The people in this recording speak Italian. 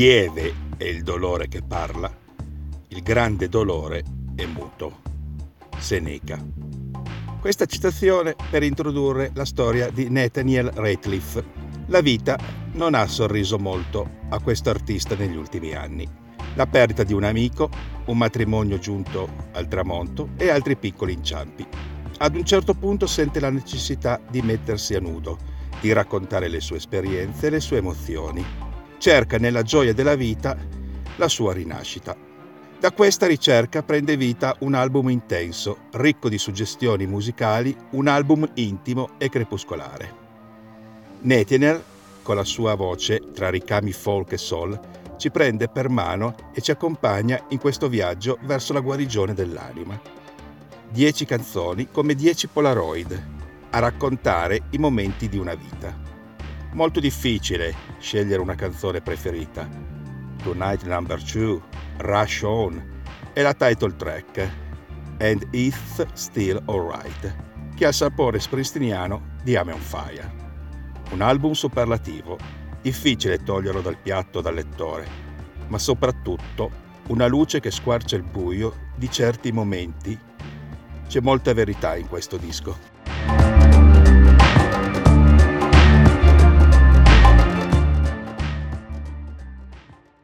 lieve è il dolore che parla, il grande dolore è muto. Seneca. Questa citazione per introdurre la storia di Nathaniel Rateliff. La vita non ha sorriso molto a questo artista negli ultimi anni. La perdita di un amico, un matrimonio giunto al tramonto e altri piccoli inciampi. Ad un certo punto sente la necessità di mettersi a nudo, di raccontare le sue esperienze e le sue emozioni. Cerca nella gioia della vita la sua rinascita. Da questa ricerca prende vita un album intenso, ricco di suggestioni musicali, un album intimo e crepuscolare. Nathaniel, con la sua voce tra ricami folk e soul, ci prende per mano e ci accompagna in questo viaggio verso la guarigione dell'anima. 10 canzoni come 10 Polaroid a raccontare i momenti di una vita. Molto difficile scegliere una canzone preferita. Tonight Number 2, Rush On e la title track And It's Still Alright, che ha il sapore springsteeniano di I'm on Fire. Un album superlativo, difficile toglierlo dal piatto dal lettore, ma soprattutto una luce che squarcia il buio di certi momenti. C'è molta verità in questo disco.